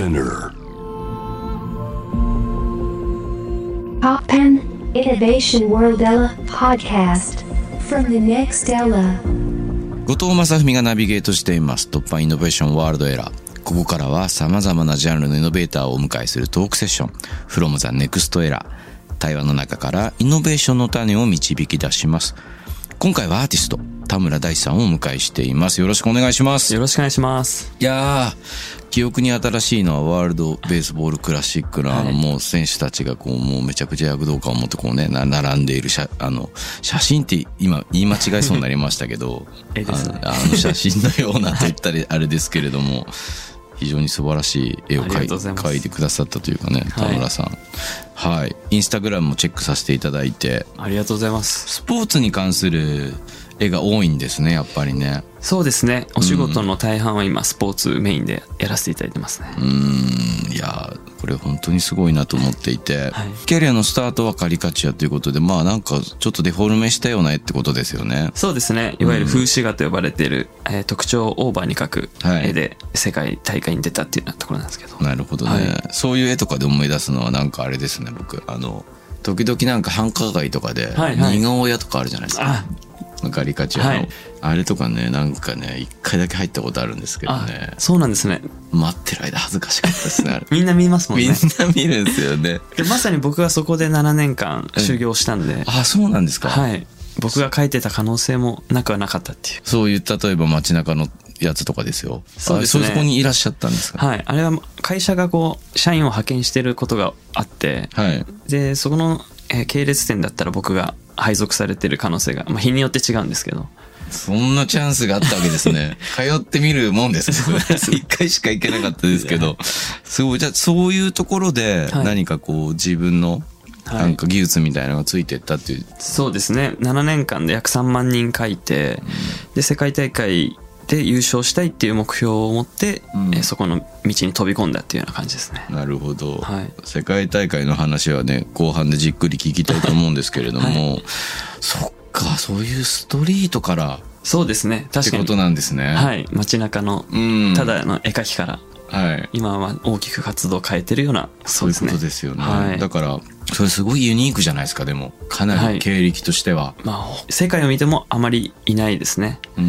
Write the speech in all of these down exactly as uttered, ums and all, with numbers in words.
Spinner Poppen Innovation World Ella Podcast from the next Ella。 後藤正文がナビゲートしています突破イノベーションワールドエラー。ここからは様々なジャンルのイノベーターをお迎えするトークセッション From the Next Era。 対話の中からイノベーションの種を導き出します。今回はアーティスト田村大地さんをお迎えしています。よろしくお願いします。 よろしくお願いします。 いやー、記憶に新しいのはワールドベースボールクラシックのあのもう選手たちがこうもうめちゃくちゃ躍動感を持ってこうねな並んでいる写あの写真って今言い間違いそうになりましたけどえですね、 あの、あの写真のようなと言ったりあれですけれども、非常に素晴らしい絵を描い描いてくださったというかね、田村さん、はい、はい、インスタグラムもチェックさせていただいて。 ありがとうございます。 スポーツに関する絵が多いんですね、やっぱりね。 そうですね、お仕事の大半は今スポーツメインでやらせていただいてますね。 うーん、いやこれ本当にすごいなと思っていて、はい、キャリアのスタートはカリカチュアということで、まあなんかちょっとデフォルメしたような絵ってことですよね。 そうですね、いわゆる風刺画と呼ばれている、うんえー、特徴をオーバーに描く絵で世界大会に出たっていうようなところなんですけど。 なるほどね、はい、そういう絵とかで思い出すのはなんかあれですね、僕あの時々なんか繁華街とかで似顔絵とかあるじゃないですか、はいはい、カリカチュアの、はい、あれとかね、なんかね一回だけ入ったことあるんですけどね。 そうなんですね。 待ってる間恥ずかしかったですねあれみんな見ますもんね。 みんな見るんですよね。 でまさに僕がそこでななねんかん修行したんで、うん、 あ、そうなんですか。 はい、僕が描いてた可能性もなくはなかったっていう。 そういう例えば街中のやつとかですよ。 そうですね。 そこにいらっしゃったんですか。 はい、あれは会社がこう社員を派遣してることがあって、はい、でそこの、えー、系列店だったら僕が配属されてる可能性が、まあ、日によって違うんですけど。 そんなチャンスがあったわけですね。通ってみるもんですね。一回しか行けなかったですけど。すごい。じゃあそういうところで何かこう自分のなんか技術みたいなのがついてったっていう、はい、 そうですね。ななねんかんで約さんまんにん書いて、うん、で世界大会で優勝したいっていう目標を持って、うんえー、そこの道に飛び込んだっていうような感じですね。 なるほど、はい、世界大会の話はね後半でじっくり聞きたいと思うんですけれども、はい、そっか、そういうストリートからそうですね、確かにってことなんですね。 はい、街中のただの絵描きから、はい、今は大きく活動を変えてるような、 そうですね、そういうことですよね、はい、だからそれすごいユニークじゃないですか。でもかなり経歴としては、はい、 まあ、世界を見てもあまりいないですね、うん、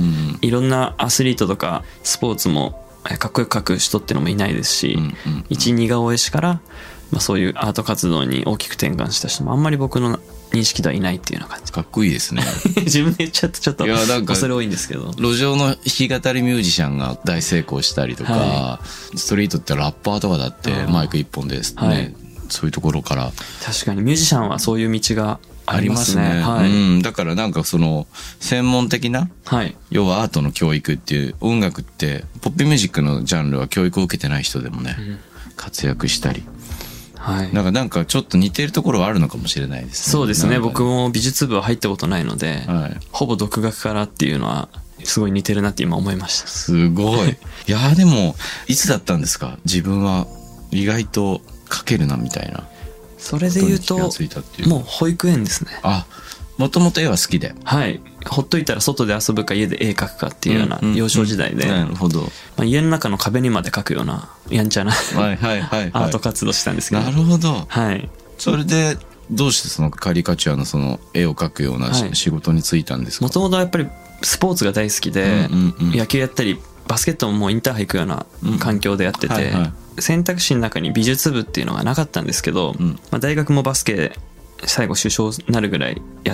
いろんなアスリートとかスポーツもかっこよく描く人ってのもいないですし、うんうんうん、一似顔絵師から、まあ、そういうアート活動に大きく転換した人もあんまり僕の認識ではいないっていうような感じ。 かっこいいですね。 自分で言っちゃってちょっと恐れ多いんですけど、 路上の弾き語りミュージシャンが大成功したりとか、はい、ストリートってラッパーとかだってマイク一本ですね、はい、そういうところから。 確かにミュージシャンはそういう道がありますね。 ありますね、はい、うん、だからなんかその専門的な、はい、要はアートの教育っていう、音楽ってポップミュージックのジャンルは教育を受けてない人でもね、うん、活躍したり、はい、なんかなんかちょっと似てるところはあるのかもしれないですね。 そうですね、僕も美術部は入ったことないので、はい、ほぼ独学からっていうのはすごい似てるなって今思いました。 すごい。いやでもいつだったんですか、自分は意外と描けるなみたいな。 それで言うともう保育園ですね。 あ、もともと絵は好きで、はい、 ほっといたら外で遊ぶか家で絵描くかっていうような幼少時代で、 なるほど、 まあ、家の中の壁にまで描くようなやんちゃなはいはいはい、はい、アート活動したんですけど。 なるほど、 はい、 それでどうしてそのカリカチュアのその絵を描くような、はい、仕事に就いたんですか。 もともとやっぱりスポーツが大好きで、うんうんうん、野球やったりバスケットももうインターハイ行くような環境でやってて、うんはいはい、選択肢の中に美術部っていうのがなかったんですけど、うん、まあ、大学もバスケ最後首相になるぐらいやって、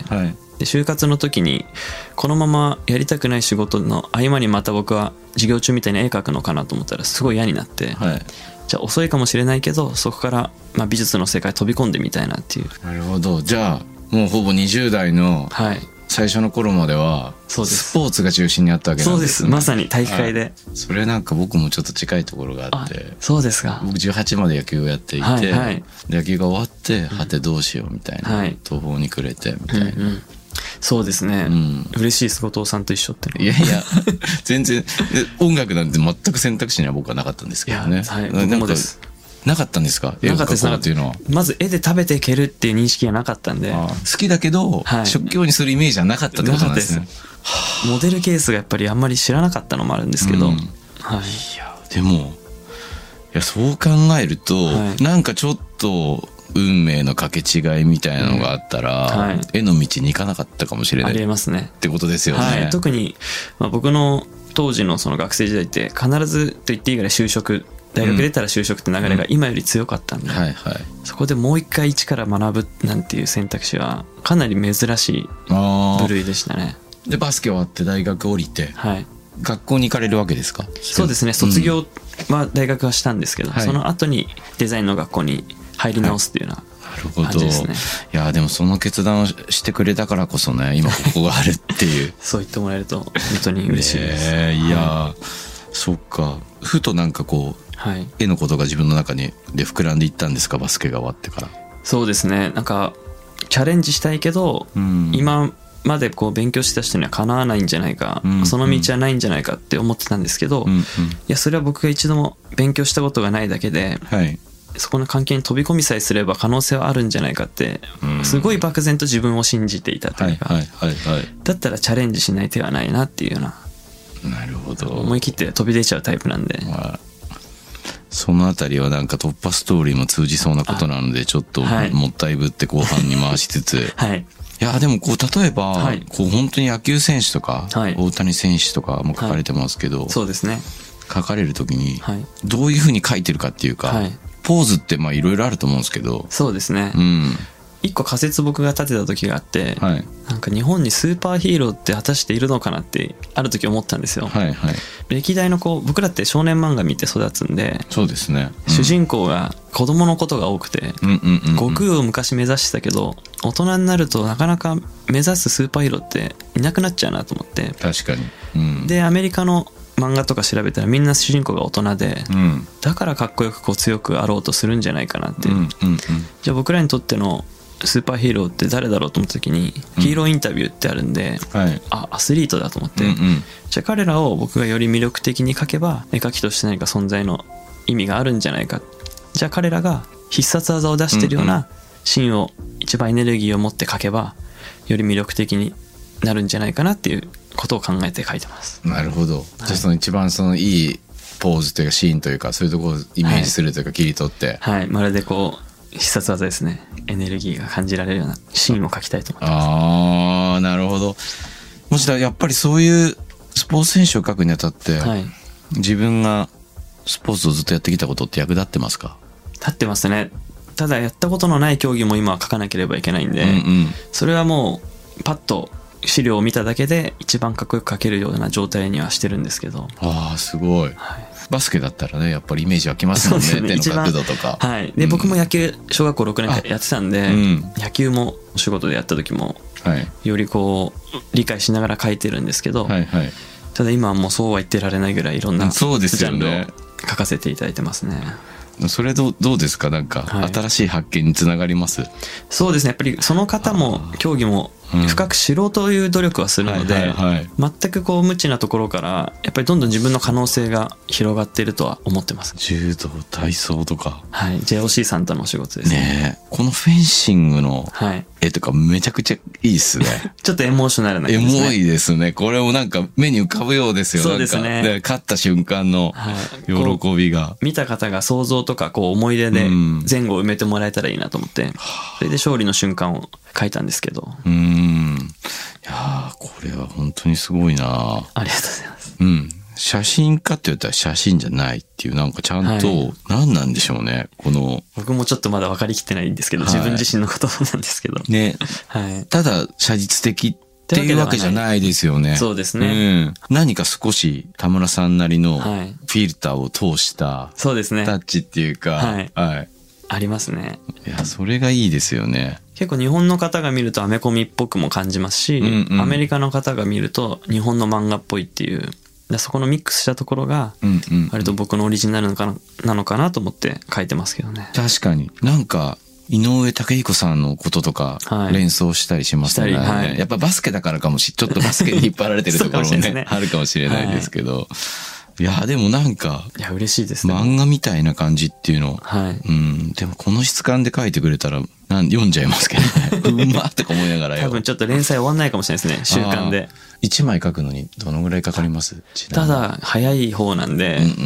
はい、で就活の時にこのままやりたくない仕事の合間にまた僕は授業中みたいに絵描くのかなと思ったらすごい嫌になって、はい、じゃあ遅いかもしれないけどそこからまあ美術の世界飛び込んでみたいなっていう。 なるほど。じゃあもうほぼにじゅう代の最初の頃まではスポーツが中心にあったわけなんですね。そうです、 まさに体育会で、はい、 それなんか僕もちょっと近いところがあって。 あ、そうですか。 僕じゅうはちまで野球をやっていて、はいはい、野球が終わってはてどうしようみたいな、うん、途方に暮れてみたいな、うんうん、 そうですね、うん、嬉しいです、後藤さんと一緒っての。 いやいや全然音楽なんて全く選択肢には僕はなかったんですけどね。 はい、僕もです。 なかったんですか。絵を描こうっていうのは。 まず絵で食べていけるっていう認識がなかったんで。 ああ、好きだけど、はい、職業にするイメージはなかったってことなんですね。 モデルケースがやっぱりあんまり知らなかったのもあるんですけど、うん、はい、 いやでもやそう考えると、はい、なんかちょっと運命の掛け違いみたいなのがあったら、うんはい、絵の道に行かなかったかもしれない。 ありえますね。 ってことですよね。 はい、特に、まあ、僕の当時のその学生時代って必ずと言っていいぐらい就職、大学出たら就職って流れが今より強かったんで、うんはいはい、そこでもう一回一から学ぶなんていう選択肢はかなり珍しい部類でしたね。 でバスケ終わって大学降りて、 はい、 学校に行かれるわけですか？ そうですね、卒業は大学はしたんですけど、うん、その後にデザインの学校に入り直すっていうような感じですね。 なるほど。いやでもその決断をしてくれたからこそね今ここがあるっていうそう言ってもらえると本当に嬉しいです。 ね、いや、はい、そっか。ふとなんかこう、はい、絵のことが自分の中にで膨らんでいったんですか？バスケが終わってから。 そうですね、なんかチャレンジしたいけど、うん、今までこう勉強してた人にはかなわないんじゃないか、うん、その道はないんじゃないかって思ってたんですけど、うんうん、いやそれは僕が一度も勉強したことがないだけで、はい、そこの関係に飛び込みさえすれば可能性はあるんじゃないかってすごい漠然と自分を信じていたというか、はいはいはいはい、だったらチャレンジしない手はないなっていうような、 なるほど、 思い切って飛び出ちゃうタイプなんで、まあ、 そのあたりはなんか突破ストーリーも通じそうなことなのでちょっともったいぶって後半に回しつつ、はい、いやでもこう例えば、はい、こう本当に野球選手とか、はい、大谷選手とかも書かれてますけど、はい、 そうですね、 書かれる時にどういうふうに書いてるかっていうか、はい、ポーズってまあいろいろあると思うんですけど。 そうですね、うん、一個仮説僕が立てた時があって、はい、なんか日本にスーパーヒーローって果たしているのかなってある時思ったんですよ、はいはい、歴代のこう僕らって少年漫画見て育つんで、 そうですね、 うん、主人公が子供のことが多くて、うんうんうんうん、悟空を昔目指してたけど大人になるとなかなか目指すスーパーヒーローっていなくなっちゃうなと思って。 確かに、うん、 でアメリカの漫画とか調べたらみんな主人公が大人で、うん、だからかっこよくこう強くあろうとするんじゃないかなって、うんうんうん、じゃあ僕らにとってのスーパーヒーローって誰だろうと思った時に、うん、ヒーローインタビューってあるんで、はい、あアスリートだと思って、うんうん、じゃあ彼らを僕がより魅力的に描けば絵描きとして何か存在の意味があるんじゃないか、じゃあ彼らが必殺技を出してるようなシーンを一番エネルギーを持って描けばより魅力的になるんじゃないかなっていうことを考えて描いてます。 なるほど、はい、じゃあその一番そのいいポーズというかシーンというかそういうところをイメージするというか切り取って、 はい、はい、まるでこう必殺技ですね、エネルギーが感じられるようなシーンを描きたいと思ってます。 ああ、なるほど。もしだやっぱりそういうスポーツ選手を描くにあたって、はい、自分がスポーツをずっとやってきたことって役立ってますか？ 立ってますね。ただやったことのない競技も今は描かなければいけないんで、うんうん、それはもうパッと資料を見ただけで一番かっこよく描けるような状態にはしてるんですけど。 ああすごい、はい、バスケだったらねやっぱりイメージ湧きますもん ね, ね手の角度とか、 はい、で、うん、僕も野球小学校ろくねんやってたんで、うん、野球もお仕事でやった時も、はい、よりこう理解しながら描いてるんですけど、はいはい、ただ今はもうそうは言ってられないぐらいいろんなジャンルを描かせていただいてますね。 それどう、どうですか？なんか新しい発見につながります？はい、 そうですね、やっぱりその方も競技も深く知ろうという努力はするので、全くこう無知なところからやっぱりどんどん自分の可能性が広がっているとは思ってます。 柔道、体操とか、 はい、ジェーオーシー さんとのお仕事ですね。 ねえ、このフェンシングの絵とかめちゃくちゃいいっすね。 ちょっとエモーショナルな感じですね。エモいですね。これもなんか目に浮かぶようですよ。 そうですね。 なんか勝った瞬間の喜びが、はい、 見た方が想像とかこう思い出で前後を埋めてもらえたらいいなと思って、うん、それで勝利の瞬間を描いたんですけど。 うーん、いやーこれは本当にすごいな。 ありがとうございます。 うん、写真家って言ったら写真じゃないっていうなんかちゃんと何なんでしょうね、はい、この僕もちょっとまだ分かりきってないんですけど、はい、自分自身の言葉なんですけどね、はい、ただ写実的っていうわけじゃないですよね。 そうですね、うん、 何か少し田村さんなりのフィルターを通したそうですねタッチっていうか、 はいはい、ありますね。 いやそれがいいですよね。 結構日本の方が見るとアメコミっぽくも感じますし、うんうん、アメリカの方が見ると日本の漫画っぽいっていう、そこのミックスしたところが割と僕のオリジナルなのかな、なのかなと思って書いてますけどね。 確かになんか井上武彦さんのこととか連想したりしますね、はいはい、やっぱバスケだからかもしちょっとバスケに引っ張られてるところもねねあるかもしれないですけど、はい、いやでもなんかいや嬉しいですね。 漫画みたいな感じっていうの、はい、うん、でもこの質感で書いてくれたらなん読んじゃいますけどねうまって思いながらよ。 多分ちょっと連載終わんないかもしれないですね、週刊で。 いちまい書くのにどのぐらいかかります？ ただ早い方なんで、うんうん、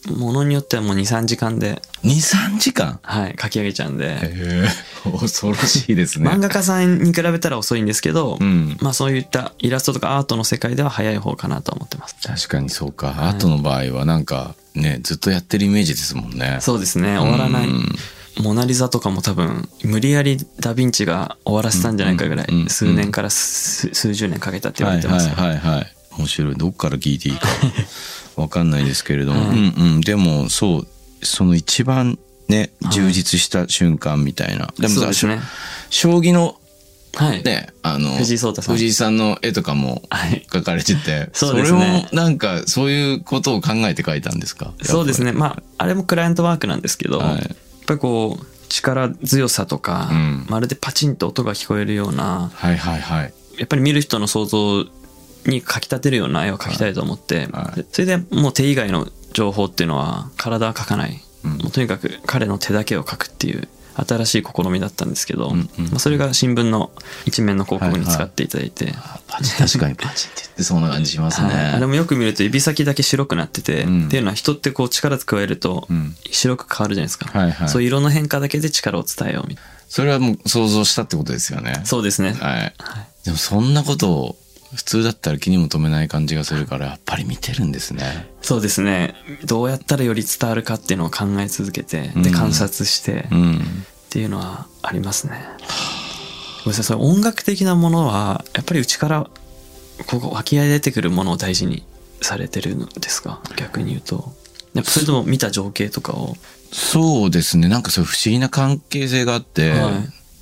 ものによってはもうにさんじかんでにさんじかんはい書き上げちゃうんで、 へえ恐ろしいですね。 漫画家さんに比べたら遅いんですけど、 うん、 まあそういったイラストとかアートの世界では早い方かなと思ってます。 確かにそうか、はい、アートの場合はなんかねずっとやってるイメージですもんね。 そうですね、終わらない、うん、モナリザとかも多分無理やりダヴィンチが終わらせたんじゃないかぐらい、数年から数十年かけたって言われてます、ね、 はいはいはいはい、面白い。どっから聞いていいかわかんないですけれども、はい、うんうん、でもそうその一番ね充実した瞬間みたいな、はい、でもそうですね、 将棋のはい、 ね、あの藤井聡太さん藤井さんの絵とかも描かれてて、はい、 そうですね、 それもなんかそういうことを考えて描いたんですか？ そうですね、まああれもクライアントワークなんですけど、はい、やっぱりこう力強さとか、うん、まるでパチンと音が聞こえるような、 はいはいはい、 やっぱり見る人の想像にかき立てるような絵を描きたいと思って、はい、それでもう手以外の情報っていうのは体は描かない、うん、もうとにかく彼の手だけを描くっていう新しい試みだったんですけど、うんうん、まあ、それが新聞の一面の広告に使っていただいて、はいはい、 パチ確かにパチンって言ってそんな感じしますね、はい、 あれもよく見ると指先だけ白くなってて、うん、っていうのは人ってこう力加えると白く変わるじゃないですか、はいはい、そういう色の変化だけで力を伝えようみたいな。 それはもう想像したってことですよね。 そうですね、 はいはい、でもそんなことを普通だったら気にも留めない感じがするからやっぱり見てるんですね。 そうですね、どうやったらより伝わるかっていうのを考え続けて、で観察して、うん、っていうのはありますね。ごめんなさい、それ音楽的なものはやっぱり内からここ湧き出てくるものを大事にされてるんですか？逆に言うとやっぱそれとも見た情景とかを。 そうですね、なんかそういう不思議な関係性があって、はい、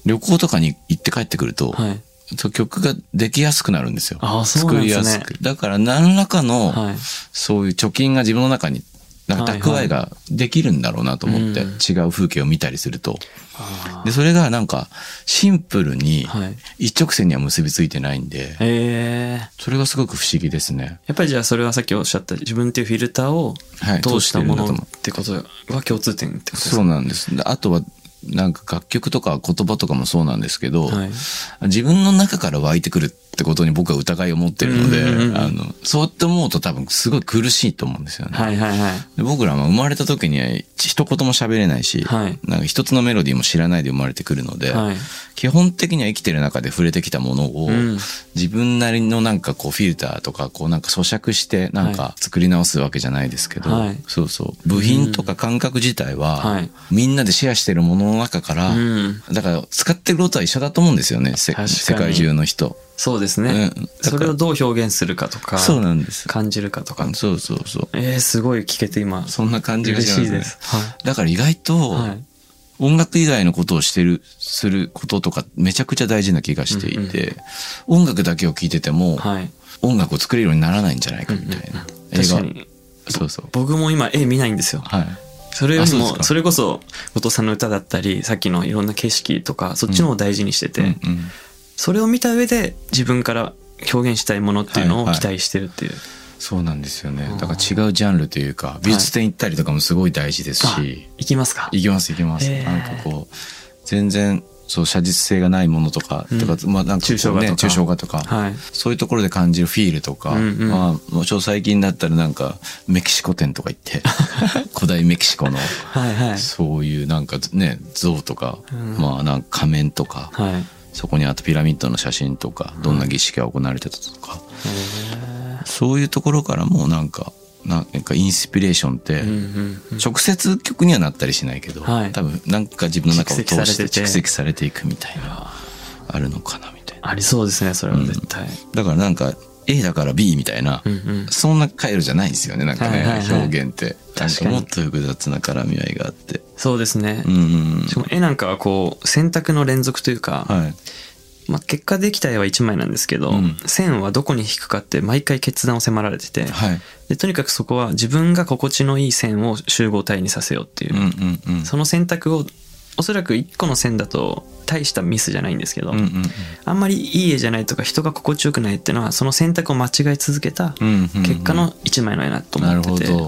旅行とかに行って帰ってくると、はい、曲ができやすくなるんですよ。 ああ、そうなんですね。 作りやすく。だから何らかの、はい、そういう貯金が自分の中になんか蓄えができるんだろうなと思って、はいはい、違う風景を見たりすると、うん、でそれがなんかシンプルに一直線には結びついてないんで、 はい、 それがすごく不思議ですね。 やっぱりじゃあそれはさっきおっしゃった自分っていうフィルターを通したものってことは共通点ってことですか？ そうなんです。あとはなんか楽曲とか言葉とかもそうなんですけど、はい、自分の中から湧いてくるってことに僕は疑いを持ってるので、うんうんうん、あのそうやって思うと多分すごい苦しいと思うんですよね。 はいはいはい、 で僕らは生まれた時には一言も喋れないし、はい、なんか一つのメロディーも知らないで生まれてくるので、はい、基本的には生きてる中で触れてきたものを、うん、自分なりのなんかこうフィルターとかこうなんか咀嚼してなんか作り直すわけじゃないですけど、はい、そうそう部品とか感覚自体は、はい、みんなでシェアしてるものの中から、うん、だから使ってることは一緒だと思うんですよね、世界中の人。 そうですね、うん、それをどう表現するかとか、 そうなんです、 感じるかとか。 そうそうそう、 えー、すごい聞けて今そんな感じがしますね。 嬉しいです、はい、 だから意外と、はい、音楽以外のことをしてるすることとかめちゃくちゃ大事な気がしていて、うんうん、音楽だけを聴いてても、はい、音楽を作れるようにならないんじゃないかみたいな、うんうん、映画。確かにそうそう、 僕も今絵見ないんですよ、はい、それよりもそれこそ後藤さんの歌だったりさっきのいろんな景色とかそっちの方を大事にしてて、うんうんうん、それを見た上で自分から表現したいものっていうのを期待してるっていう、はいはい、 そうなんですよね。だから違うジャンルというか美術展行ったりとかもすごい大事ですし、はい、 行きますか？ 行きます行きます。なんかこう全然そう写実性がないものとか、うん、とかまあなんかこう、ね、抽象画とか、抽象画とか、はい、そういうところで感じるフィールとか、うんうん、まあもうちょ最近だったらなんかメキシコ展とか行って古代メキシコのはい、はい、そういうなんかね像とか、うん、まあなんか仮面とか、はい、そこにあとピラミッドの写真とかどんな儀式が行われてたとか、はい、そういうところからもなんかなんかインスピレーションって直接曲にはなったりしないけど、はい、多分なんか自分の中を通して蓄積されていくみたいなあるのかなみたいな。 ありそうですねそれは絶対、うん、 だからなんか A だから B みたいな、うんうん、そんな回路じゃないんですよねなんかね、はいはいはい、表現ってなんかもっと複雑な絡み合いがあって。 そうですね、うんうん、しかも絵なんかはこう選択の連続というか、はいまあ、結果できた絵はいちまいなんですけど、うん、線はどこに引くかって毎回決断を迫られてて、はい、でとにかくそこは自分が心地のいい線を集合体にさせようっていう、うんうんうん、その選択をおそらくいっこの線だと大したミスじゃないんですけど、うんうんうん、あんまりいい絵じゃないとか人が心地よくないっていうのはその選択を間違い続けた結果のいちまいの絵だと思ってて、うんうんうん、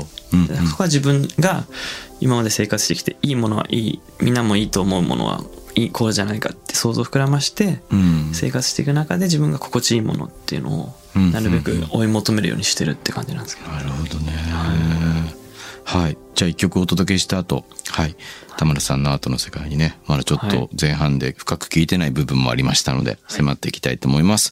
そこは自分が今まで生活してきていいものはいいみんなもいいと思うものはいいこうじゃないかって想像を膨らまして生活していく中で自分が心地いいものっていうのをなるべく追い求めるようにしてるって感じなんですけど、 なるほどね、はい、はい、 じゃあ一曲お届けした後、はい、田村さんのアートの世界にね、まだちょっと前半で深く聞いてない部分もありましたので、迫っていきたいと思います。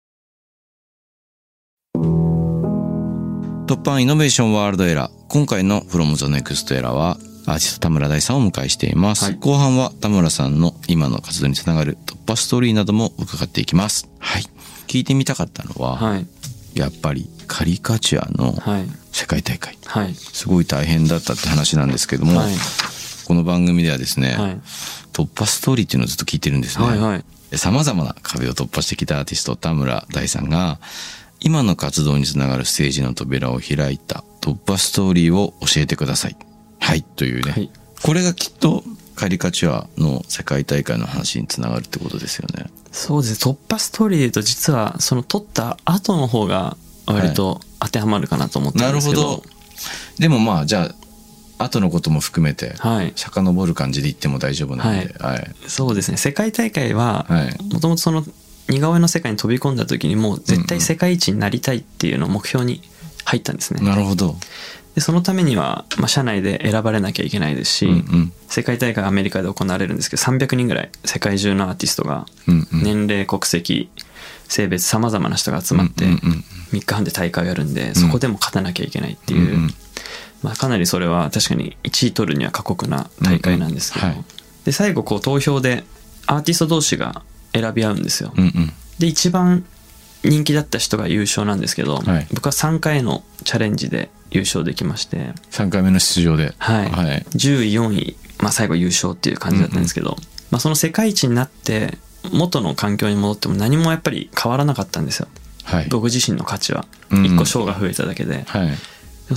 突破イノベーションワールドエラー。今回の From the Next Era はアーティスト田村大さんをお迎えしています。はい、後半は田村さんの今の活動につながる突破ストーリーなども伺っていきます。はい。聞いてみたかったのは、はい、やっぱりカリカチュアの世界大会、はい、すごい大変だったって話なんですけども、はい、この番組ではですね、はい、突破ストーリーっていうのをずっと聞いてるんですね。はいはい、様々な壁を突破してきたアーティスト田村大さんが今の活動につながるステージの扉を開いた突破ストーリーを教えてください。はいというね、はい、これがきっとカリカチュアの世界大会の話につながるってことですよね。 そうです。突破ストーリーで言うと実はその撮った後の方が割と当てはまるかなと思ったんですけど、はい、なるほど。 でもまあじゃあ後のことも含めて遡る感じで言っても大丈夫なので、 はいはい、そうですね。世界大会はもともとその似顔絵の世界に飛び込んだ時にもう絶対世界一になりたいっていうのを目標に入ったんですね。 なるほど。 でそのためには、まあ、社内で選ばれなきゃいけないですし、うんうん、世界大会アメリカで行われるんですけどさんびゃくにんぐらい世界中のアーティストが年齢国籍性別さまざまな人が集まってみっかはんで大会をやるんで、そこでも勝たなきゃいけないっていう、うんうん、まあ、かなりそれは確かにいちい取るには過酷な大会なんですけど、うんうん、はい、で最後こう投票でアーティスト同士が選び合うんですよ、うんうん、で一番人気だった人が優勝なんですけど、はい、僕はさんかいのチャレンジで優勝できまして、 さんかいめの出場で、 はいはい、じゅういよんい、まあ、最後優勝っていう感じだったんですけど、うんうん、まあ、その世界一になって元の環境に戻っても何もやっぱり変わらなかったんですよ、はい、僕自身の価値はいっこ賞が増えただけで、うんうん、はい、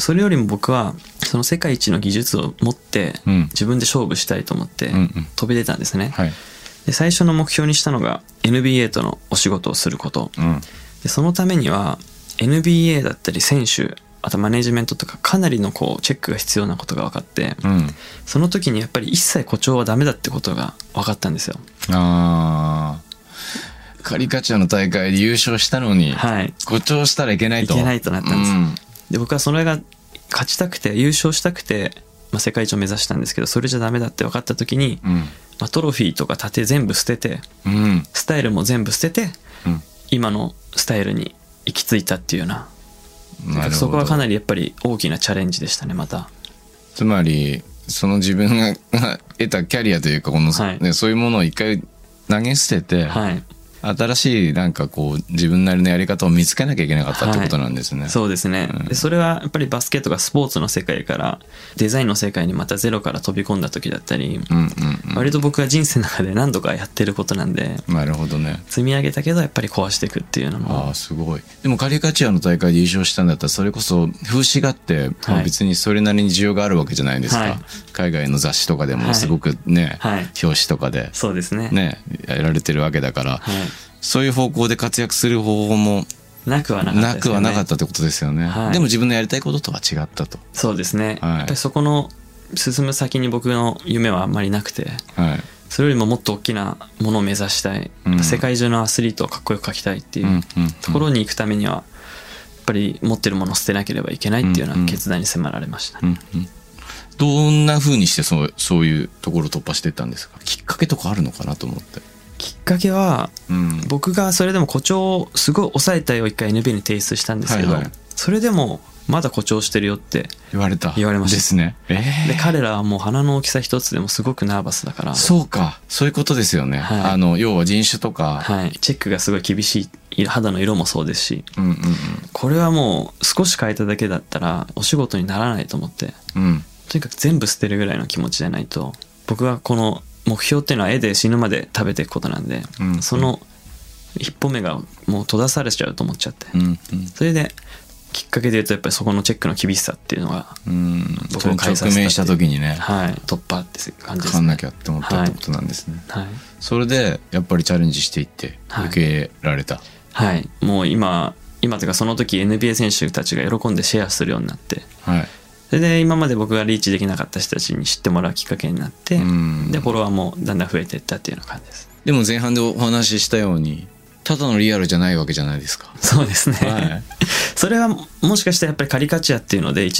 それよりも僕はその世界一の技術を持って自分で勝負したいと思って飛び出たんですね、うんうん、はい、で最初の目標にしたのが エヌビーエー とのお仕事をすること、うん、でそのためには エヌビーエー だったり選手、あとマネジメントとかかなりのこうチェックが必要なことが分かって、うん、その時にやっぱり一切誇張はダメだってことが分かったんですよ。 あー、カリカチュアの大会で優勝したのに、はい、誇張したらいけないといけないとなったんです、うん、で僕はそれが勝ちたくて優勝したくて、まあ、世界一を目指したんですけど、それじゃダメだって分かった時に、うん、まあ、トロフィーとか盾全部捨てて、うん、スタイルも全部捨てて、うん、今のスタイルに行き着いたっていうような、そこはかなりやっぱり大きなチャレンジでしたね。またつまりその自分が得たキャリアというかこの、はい、ね、そういうものを一回投げ捨てて、はい、新しいなんかこう自分なりのやり方を見つけなきゃいけなかったってことなんですね、 はい、そうですね、うん、でそれはやっぱりバスケとかスポーツの世界からデザインの世界にまたゼロから飛び込んだ時だったり、うんうんうん、割と僕が人生の中で何度かやってることなんで、 なるほどね、 積み上げたけどやっぱり壊していくっていうのも、 ああすごい。でもカリカチュアの大会で優勝したんだったらそれこそ風刺画って、はい、別にそれなりに需要があるわけじゃないですか、はい、海外の雑誌とかでもすごくね、はい、表紙とかでそうですね、 ねやられてるわけだから、はい、そういう方向で活躍する方法もなくはなかったですよね。 なくはなかったってことですよね、はい、でも自分のやりたいこととは違ったと。 そうですね、はい、やっぱりそこの進む先に僕の夢はあんまりなくて、はい、それよりももっと大きなものを目指したい、うん、世界中のアスリートをかっこよく描きたいっていうところに行くためにはやっぱり持ってるものを捨てなければいけないっていうような決断に迫られました、ね、うんうん、 どんな風にしてそう、そういうところを突破していったんですか？きっかけとかあるのかなと思って。 きっかけは、うん、僕がそれでも誇張をすごい抑えたいを一回 エヌビー に提出したんですけど、はいはい、それでもまだ誇張してるよって言われた言われましたですね、えー、 で彼らはもう鼻の大きさ一つでもすごくナーバスだから。 そうか、そういうことですよね、はい、あの要は人種とか、 はい、チェックがすごい厳しい、肌の色もそうですし、うんうんうん、これはもう少し変えただけだったらお仕事にならないと思って、うん、とにかく全部捨てるぐらいの気持ちじゃないと。僕はこの目標っていうのは絵で死ぬまで食べていくことなんで、うんうん、その一歩目がもう閉ざされちゃうと思っちゃって、うんうん、それできっかけで言うとやっぱりそこのチェックの厳しさっていうのが僕を変えさせたっていう、 直面した時にね、 はい、突破って感じですね。 変わんなきゃって思ったってことなんですね、はいはい、それでやっぱりチャレンジしていって受け入れられた、 はい、はい、もう今今というかその時 エヌビーエー 選手たちが喜んでシェアするようになって、はい、それで今まで僕がリーチできなかった人たちに知ってもらうきっかけになって、でフォロワーもだんだん増えていったっていうような感じです。 でも前半でお話ししたようにただのリアルじゃないわけじゃないですか。 そうですね、はい、それはもしかしたらやっぱりカリカチュアっていうので一度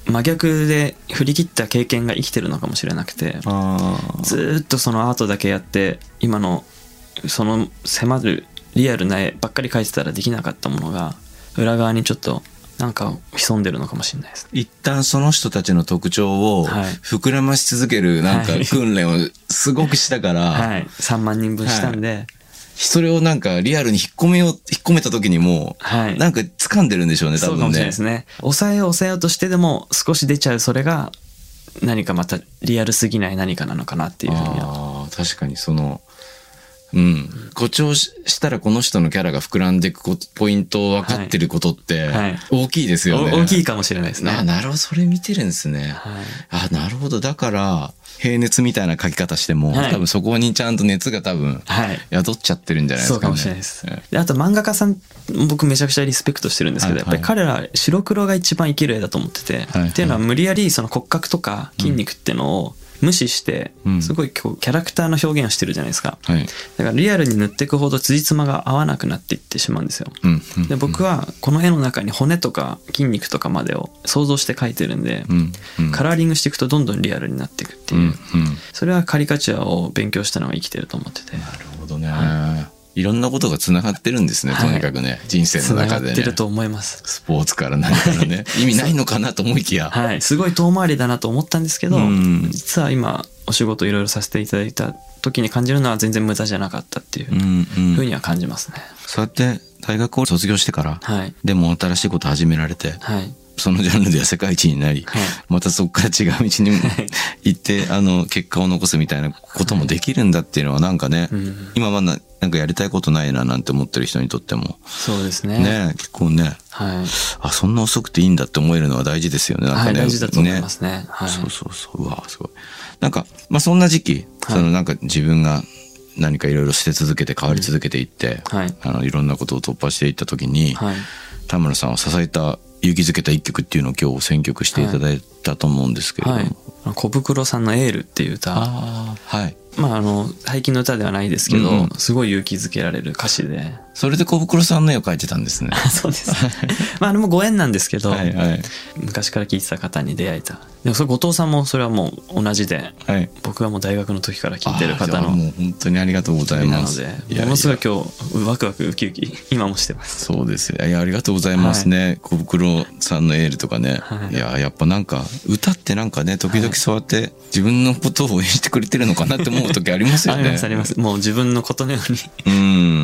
真逆で振り切った経験が生きてるのかもしれなくて、ずっとそのアートだけやって今のその迫るリアルな絵ばっかり描いてたらできなかったものが裏側にちょっとなんか潜んでるのかもしれないです。 一旦その人たちの特徴を膨らまし続けるなんか訓練をすごくしたから、 はい、さんまんにんぶんしたんで、はい、 それをなんかリアルに引っ込めよう、引っ込めた時にもうなんか掴んでるんでしょうね、多分ね。そうかもしれないですね。 抑えよう抑えようとしてでも少し出ちゃう、それが何かまたリアルすぎない何かなのかなっていうふうには。 ああ、確かにそのうん、誇張したらこの人のキャラが膨らんでいくポイントを分かってることって大きいですよね。 はいはい、大きいかもしれないですね。 あ、なるほど、それ見てるんですね。はい、あ、なるほど。だから平熱みたいな書き方しても、はい、多分そこにちゃんと熱が多分宿っちゃってるんじゃないですかね。 そうかもしれないです。で、あと漫画家さん僕めちゃくちゃリスペクトしてるんですけど、はいはい、やっぱり彼ら白黒が一番生きる絵だと思ってて、はいはい、っていうのは無理やりその骨格とか筋肉ってのを、うん無視してすごいこうキャラクターの表現をしてるじゃないですか、はい、だからリアルに塗っていくほど辻褄が合わなくなっていってしまうんですよ、うんうん、で僕はこの絵の中に骨とか筋肉とかまでを想像して描いてるんで、うんうん、カラーリングしていくとどんどんリアルになっていくっていう、うんうん、それはカリカチュアを勉強したのが生きてると思ってて。 なるほどね、はいいろんなことがつながってるんですね、とにかくね、はい、人生の中でね。つながってると思います。 スポーツから何からね、意味ないのかなと思いきや。 はい、すごい遠回りだなと思ったんですけど、実は今お仕事いろいろさせていただいた時に感じるのは全然無駄じゃなかったっていうふうには感じますね。うんうん、 そうやって大学を卒業してから、はい、でも新しいこと始められて、はいそのジャンルでは世界一になり、はい、またそこから違う道に行って、あの、結果を残すみたいなこともできるんだっていうのはなんかね、はい、今まだなんかやりたいことないななんて思ってる人にとっても。 そうですね。 ね、結構ね、はい、あ、そんな遅くていいんだって思えるのは大事ですよね。なんかね。 はい、大事だと思いますね。はい、 そうそうそう。うわ、すごい。なんか、まあそんな時期、はい、そのなんか自分が何かいろいろして続けて変わり続けていって、はい、あの、いろんなことを突破していった時に、はい、田村さんを支えた勇気づけた一曲っていうのを今日選曲していただいたと思うんですけれども、はいはい、小袋さんのエールっていう歌、 あ、はい、 まああの最近の歌ではないですけど、うんうん、すごい勇気づけられる歌詞で、 それで小袋さんの絵を描いてたんですね。 そうです。まああれもご縁なんですけど、はいはい、昔から聴いてた方に出会えた。でもそれ後藤さんもそれはもう同じで、はい、僕はもう大学の時から聴いてる方の、 もう本当にありがとうございます。 なのでものすごい今日ワクワクウキウキ今もしてます。 そうです。いやありがとうございますね。はい、小袋さんのエールとかね、はい、いややっぱなんか歌ってなんかね時々そうやって自分のことを応援してくれてるのかなって思う時ありますよね。 ありますあります。もう自分のことのように。 うん、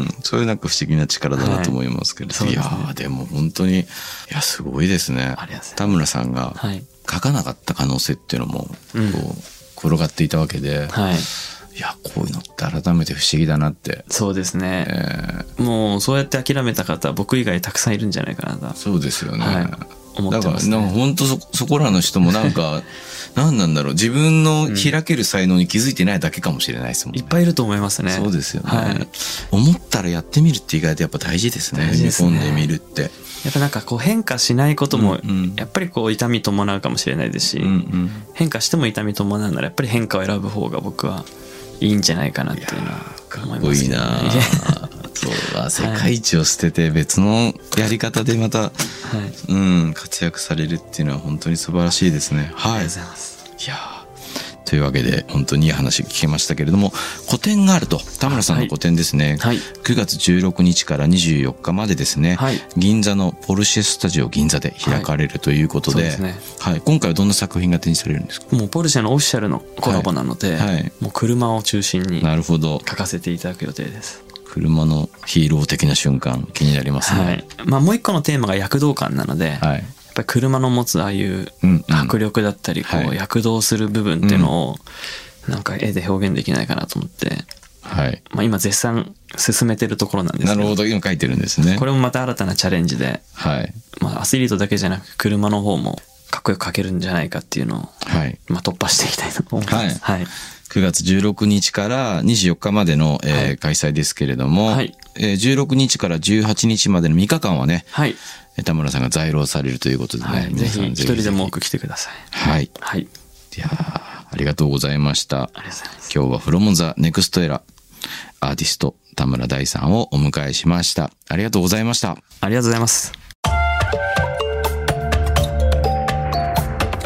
そういうなんか不思議な力だなと思いますけど、はい、いやでも本当にいやすごいですね。田村さんが書かなかった可能性っていうのもこう、うん、転がっていたわけで、はい、いやこういうのって改めて不思議だなって。 そうですね、えー、もうそうやって諦めた方は僕以外たくさんいるんじゃないかなと。 そうですよね、 はい、思ってますね。 だからなんか本当 そ, そこらの人もなんか何なんだろう、自分の開ける才能に気づいてないだけかもしれないですもんね。 いっぱいいると思いますね。 そうですよね、はい、思ったらやってみるって意外とやっぱ大事ですね。踏み込んでみるってやっぱなんかこう変化しないこともやっぱりこう痛み伴うかもしれないですし、うんうん、変化しても痛み伴うならやっぱり変化を選ぶ方が僕はいいんじゃないかなっていうのは思いますね。 かっこいいな。そうだ、世界一を捨てて別のやり方でまた、はい、うん、活躍されるっていうのは本当に素晴らしいですね。はい、ありがとうございます。いやというわけで本当にいい話聞けましたけれども、個展があると。田村さんの個展ですね、はい、くがつじゅうろくにちからにじゅうよっかまでですね、はい、銀座のポルシェスタジオ銀座で開かれるということで、はい、そうですね、はい、今回はどんな作品が展示されるんですか？ もうポルシェのオフィシャルのコラボなので、はいはい、もう車を中心に書かせていただく予定です。 車のヒーロー的な瞬間気になりますね。はい、 まあ、もう一個のテーマが躍動感なので、はい、やっぱり車の持つああいう迫力だったり、こう躍動する部分っていうのをなんか絵で表現できないかなと思って、はい、まあ、今絶賛進めてるところなんですけど。 なるほど、今書いてるんですね。 これもまた新たなチャレンジで、はい、まあ、アスリートだけじゃなく車の方もかっこよく描けるんじゃないかっていうのを、はい、まあ、突破していきたいと思います。はい、はい、 くがつじゅうろくにちからにじゅうよっかまでの、えーはい、開催ですけれども、はい、えー、じゅうろくにちからじゅうはちにちまでのみっかかんはね、はい、田村さんが在廊されるということでね、はい、 ぜひ一人でも多く来てください。 はい、はい、いやありがとうございました。ありがとうございます。今日はフロムザネクストエラアーティスト田村大さんをお迎えしました。ありがとうございました。 ありがとうございます。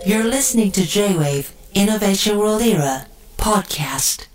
You're listening to J-Wave Innovation World Era podcast.